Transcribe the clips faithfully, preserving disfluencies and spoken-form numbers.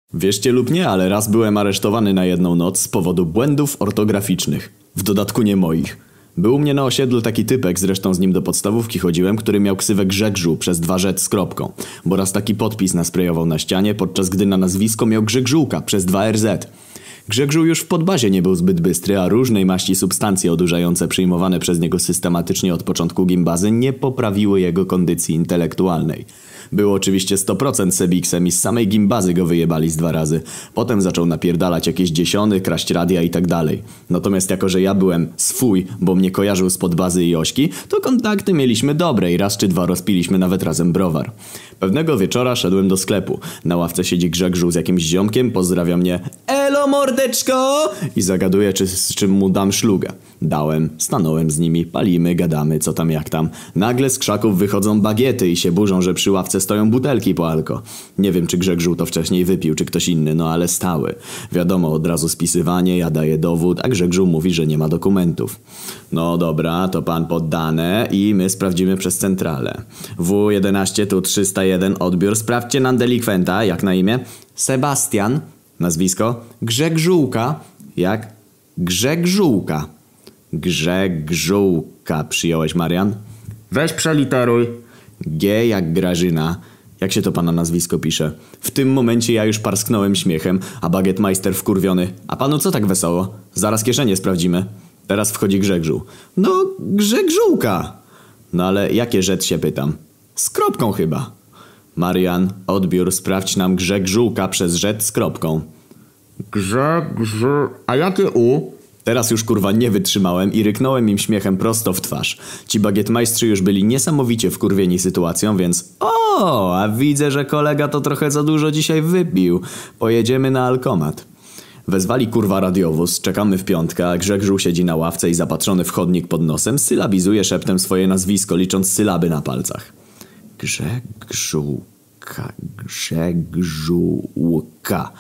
Wierzcie lub nie, ale raz byłem aresztowany na jedną noc z powodu błędów ortograficznych. W dodatku nie moich. Był u mnie na osiedlu taki typek, zresztą z nim do podstawówki chodziłem, który miał ksywę Grzegżu przez dwa rzet z kropką. Bo raz taki podpis nasprejował na ścianie, podczas gdy na nazwisko miał Grzegżółka przez dwa er zet. Grzegżu już w podbazie nie był zbyt bystry, a różnej maści substancje odurzające przyjmowane przez niego systematycznie od początku gimbazy nie poprawiły jego kondycji intelektualnej. Był oczywiście sto procent sebiksem i z samej gimbazy go wyjebali z dwa razy. Potem zaczął napierdalać jakieś dziesiony, kraść radia i tak dalej. Natomiast jako, że ja byłem swój, bo mnie kojarzył z podbazy i ośki, to kontakty mieliśmy dobre i raz czy dwa rozpiliśmy nawet razem browar. Pewnego wieczora szedłem do sklepu. Na ławce siedzi Grzegżu z jakimś ziomkiem, pozdrawia mnie: "Elo mordeczko!" i zagaduje, czy, z czym mu dam szlugę. Dałem, stanąłem z nimi, palimy, gadamy, co tam jak tam. Nagle z krzaków wychodzą bagiety i się burzą, że przy ławce stoją butelki po alko. Nie wiem, czy Grzegżu to wcześniej wypił, czy ktoś inny, no ale stały. Wiadomo, od razu spisywanie, ja daję dowód, a Grzegżu mówi, że nie ma dokumentów. No dobra, to pan poddane i my sprawdzimy przez centralę. W jedenaście tu trzysta jeden odbiór, sprawdźcie nam delikwenta, jak na imię? Sebastian. Nazwisko? Grzegżółka. Jak? Grzegżółka. Grzegżółka, przyjąłeś, Marian? Weź przeliteruj. G jak Grażyna. Jak się to pana nazwisko pisze? W tym momencie ja już parsknąłem śmiechem, a bagietmeister wkurwiony: "A panu co tak wesoło? Zaraz kieszenie sprawdzimy." Teraz wchodzi Grzegżu. "No, Grzegżółka." "No ale jakie rzecz, się pytam?" "Z kropką chyba." Marian, odbiór, sprawdź nam Grzegżółka przez rzecz z kropką. Grzegżu... A jakie U? Teraz już kurwa nie wytrzymałem i ryknąłem im śmiechem prosto w twarz. Ci bagietmajstrzy już byli niesamowicie wkurwieni sytuacją, więc o, a widzę, że kolega to trochę za dużo dzisiaj wypił. Pojedziemy na alkomat. Wezwali kurwa radiowóz, czekamy w piątkę, a Grzegżu siedzi na ławce i zapatrzony w chodnik pod nosem sylabizuje szeptem swoje nazwisko, licząc sylaby na palcach. Grzegżółka, Grzegżółka,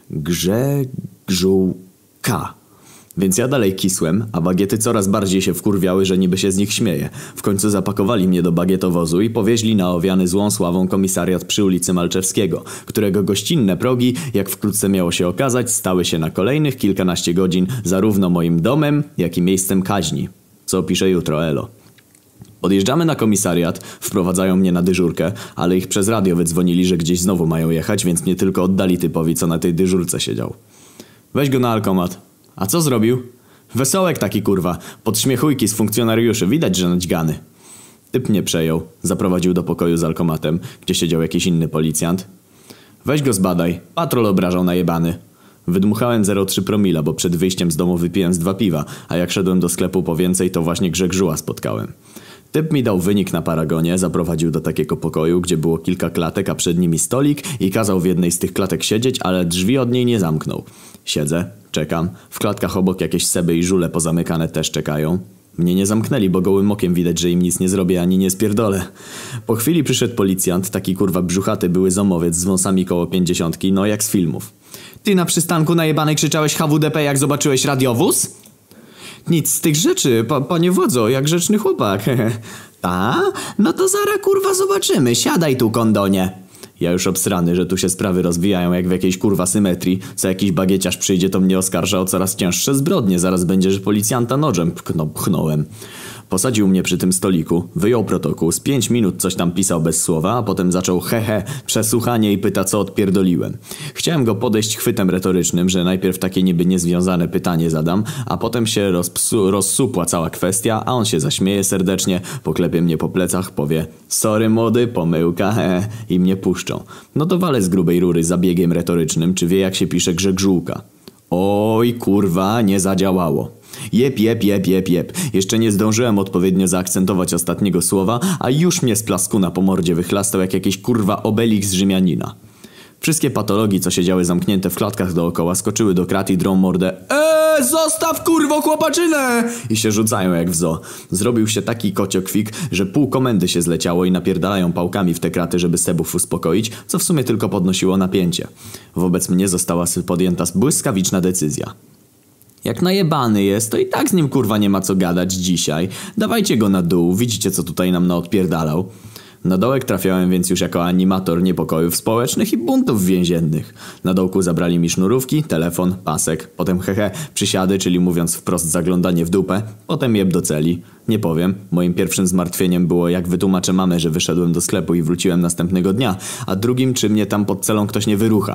Grzegżółka. Więc ja dalej kisłem, a bagiety coraz bardziej się wkurwiały, że niby się z nich śmieje. W końcu zapakowali mnie do bagietowozu i powieźli na owiany złą sławą komisariat przy ulicy Malczewskiego, którego gościnne progi, jak wkrótce miało się okazać, stały się na kolejnych kilkanaście godzin zarówno moim domem, jak i miejscem kaźni. Co opiszę jutro, elo. Podjeżdżamy na komisariat, wprowadzają mnie na dyżurkę, ale ich przez radio wydzwonili, że gdzieś znowu mają jechać, więc nie tylko oddali typowi, co na tej dyżurce siedział. Weź go na alkomat. A co zrobił? Wesołek taki kurwa, podśmiechujki z funkcjonariuszy, widać, że naćgany. Typ mnie przejął, zaprowadził do pokoju z alkomatem, gdzie siedział jakiś inny policjant. Weź go zbadaj, patrol obrażał najebany. Wydmuchałem zero przecinek trzy promila, bo przed wyjściem z domu wypiłem z dwa piwa, a jak szedłem do sklepu po więcej, to właśnie Grzegżuła spotkałem. Typ mi dał wynik na paragonie, zaprowadził do takiego pokoju, gdzie było kilka klatek, a przed nimi stolik i kazał w jednej z tych klatek siedzieć, ale drzwi od niej nie zamknął. Siedzę, czekam, w klatkach obok jakieś seby i żule pozamykane też czekają. Mnie nie zamknęli, bo gołym okiem widać, że im nic nie zrobię ani nie spierdolę. Po chwili przyszedł policjant, taki kurwa brzuchaty, były zomowiec z wąsami koło pięćdziesiątki, no jak z filmów. Ty na przystanku najebanej krzyczałeś H W D P, jak zobaczyłeś radiowóz? Nic z tych rzeczy, pa, panie władzo, jak grzeczny chłopak. Ta? No to zara kurwa zobaczymy, siadaj tu, kondonie. Ja już obsrany, że tu się sprawy rozwijają jak w jakiejś kurwa symetrii. Co jakiś bagieciarz przyjdzie, to mnie oskarża o coraz cięższe zbrodnie. Zaraz będzie, że policjanta nożem pchno, pchnąłem. Posadził mnie przy tym stoliku, wyjął protokół, z pięć minut coś tam pisał bez słowa, a potem zaczął hehe, przesłuchanie i pyta, co odpierdoliłem. Chciałem go podejść chwytem retorycznym, że najpierw takie niby niezwiązane pytanie zadam, a potem się rozpsu, rozsupła cała kwestia, a on się zaśmieje serdecznie, poklepie mnie po plecach, powie: "Sorry młody, pomyłka, he", i mnie puszczą. No to walę z grubej rury zabiegiem retorycznym, czy wie, jak się pisze Grzegżółka. Oj kurwa, nie zadziałało. Jep, jep, jep, jep, jep. Jeszcze nie zdążyłem odpowiednio zaakcentować ostatniego słowa, a już mnie z plaskuna po mordzie wychlastał jak jakiś kurwa Obelix z Rzymianina. Wszystkie patologii, co siedziały zamknięte w klatkach dookoła, skoczyły do krat i drą mordę: "Eee, zostaw kurwo chłopaczynę!" I się rzucają jak w zoo. Zrobił się taki kociokwik, że pół komendy się zleciało i napierdalają pałkami w te kraty, żeby sebów uspokoić, co w sumie tylko podnosiło napięcie. Wobec mnie została podjęta błyskawiczna decyzja. Jak najebany jest, to i tak z nim kurwa nie ma co gadać dzisiaj. Dawajcie go na dół, widzicie, co tutaj nam naodpierdalał. Na dołek trafiałem więc już jako animator niepokojów społecznych i buntów więziennych. Na dołku zabrali mi sznurówki, telefon, pasek, potem hehe, przysiady, czyli mówiąc wprost zaglądanie w dupę, potem jeb do celi. Nie powiem, moim pierwszym zmartwieniem było jak wytłumaczę mamę, że wyszedłem do sklepu i wróciłem następnego dnia, a drugim czy mnie tam pod celą ktoś nie wyrucha.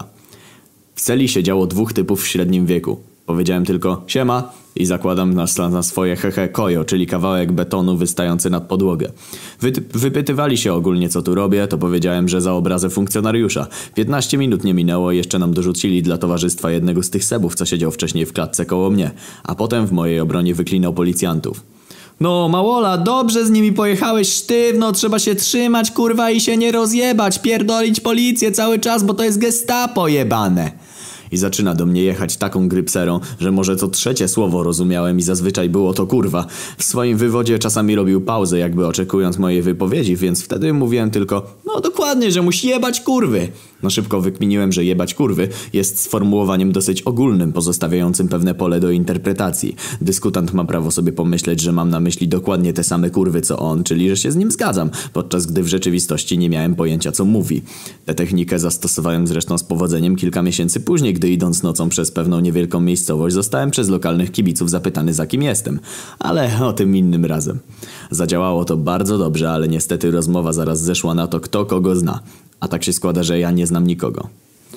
W celi siedziało dwóch typów w średnim wieku. Powiedziałem tylko siema i zakładam na, na swoje hehe kojo, czyli kawałek betonu wystający nad podłogę. Wy, wypytywali się ogólnie co tu robię, to powiedziałem, że za obrazę funkcjonariusza. piętnaście minut nie minęło i jeszcze nam dorzucili dla towarzystwa jednego z tych sebów, co siedział wcześniej w klatce koło mnie, a potem w mojej obronie wyklinał policjantów. No Małola, dobrze z nimi pojechałeś sztywno, trzeba się trzymać kurwa i się nie rozjebać, pierdolić policję cały czas, bo to jest gestapo jebane. I zaczyna do mnie jechać taką grypserą, że może co trzecie słowo rozumiałem i zazwyczaj było to kurwa. W swoim wywodzie czasami robił pauzę, jakby oczekując mojej wypowiedzi, więc wtedy mówiłem tylko no dokładnie, że musi jebać kurwy. No szybko wykminiłem, że jebać kurwy jest sformułowaniem dosyć ogólnym, pozostawiającym pewne pole do interpretacji. Dyskutant ma prawo sobie pomyśleć, że mam na myśli dokładnie te same kurwy co on, czyli że się z nim zgadzam, podczas gdy w rzeczywistości nie miałem pojęcia co mówi. Tę technikę zastosowałem zresztą z powodzeniem kilka miesięcy później, gdy idąc nocą przez pewną niewielką miejscowość zostałem przez lokalnych kibiców zapytany za kim jestem. Ale o tym innym razem. Zadziałało to bardzo dobrze, ale niestety rozmowa zaraz zeszła na to kto kogo zna. A tak się składa, że ja nie znam nikogo.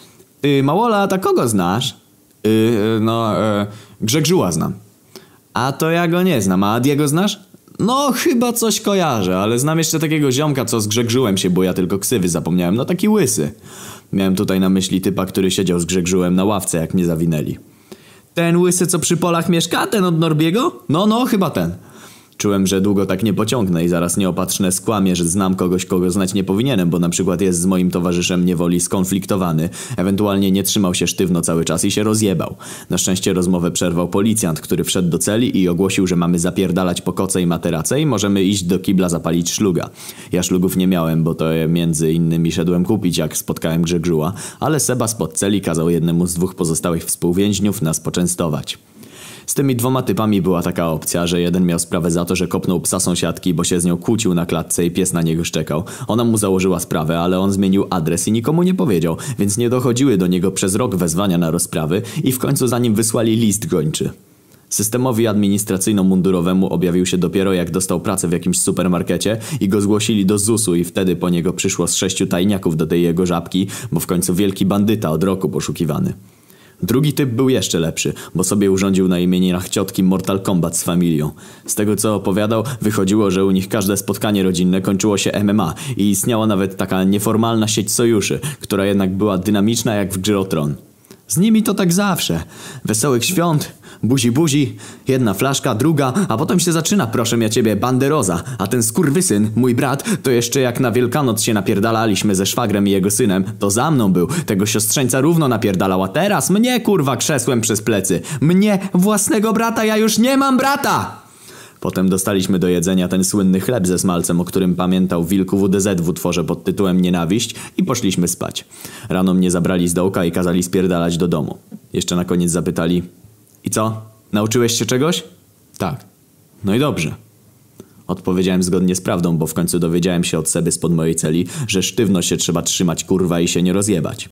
Ty Małola, ta kogo znasz? Yy, no, yy, Grzegżuła znam. A to ja go nie znam, a Adiego znasz? No chyba coś kojarzę, ale znam jeszcze takiego ziomka, co z Grzegżułem się boja, tylko ksywy zapomniałem, no taki łysy. Miałem tutaj na myśli typa, który siedział z Grzegżułem na ławce, jak mnie zawinęli. Ten łysy, co przy polach mieszka? Ten od Norbiego? No, no, chyba ten. Czułem, że długo tak nie pociągnę i zaraz nieopatrzne skłamię, że znam kogoś, kogo znać nie powinienem, bo na przykład jest z moim towarzyszem niewoli skonfliktowany, ewentualnie nie trzymał się sztywno cały czas i się rozjebał. Na szczęście rozmowę przerwał policjant, który wszedł do celi i ogłosił, że mamy zapierdalać po koce i materace i możemy iść do kibla zapalić szluga. Ja szlugów nie miałem, bo to je między innymi szedłem kupić, jak spotkałem Grzegżuła, ale Seba spod celi kazał jednemu z dwóch pozostałych współwięźniów nas poczęstować. Z tymi dwoma typami była taka opcja, że jeden miał sprawę za to, że kopnął psa sąsiadki, bo się z nią kłócił na klatce i pies na niego szczekał. Ona mu założyła sprawę, ale on zmienił adres i nikomu nie powiedział, więc nie dochodziły do niego przez rok wezwania na rozprawy i w końcu za nim wysłali list gończy. Systemowi administracyjno-mundurowemu objawił się dopiero jak dostał pracę w jakimś supermarkecie i go zgłosili do zusu i wtedy po niego przyszło z sześciu tajniaków do tej jego żabki, bo w końcu wielki bandyta od roku poszukiwany. Drugi typ był jeszcze lepszy, bo sobie urządził na imieninach ciotki Mortal Kombat z familią. Z tego co opowiadał, wychodziło, że u nich każde spotkanie rodzinne kończyło się M M A i istniała nawet taka nieformalna sieć sojuszy, która jednak była dynamiczna jak w Grze o Tron. Z nimi to tak zawsze. Wesołych świąt, buzi buzi, jedna flaszka, druga, a potem się zaczyna, proszę ja ciebie, banderoza. A ten skurwysyn, mój brat, to jeszcze jak na Wielkanoc się napierdalaliśmy ze szwagrem i jego synem, to za mną był. Tego siostrzeńca równo napierdalał, a teraz mnie kurwa krzesłem przez plecy. Mnie, własnego brata, ja już nie mam brata! Potem dostaliśmy do jedzenia ten słynny chleb ze smalcem, o którym pamiętał wilku W D Z w utworze pod tytułem Nienawiść i poszliśmy spać. Rano mnie zabrali z dołka i kazali spierdalać do domu. Jeszcze na koniec zapytali: i co? Nauczyłeś się czegoś? Tak. No i dobrze. Odpowiedziałem zgodnie z prawdą, bo w końcu dowiedziałem się od Seby spod mojej celi, że sztywno się trzeba trzymać kurwa i się nie rozjebać.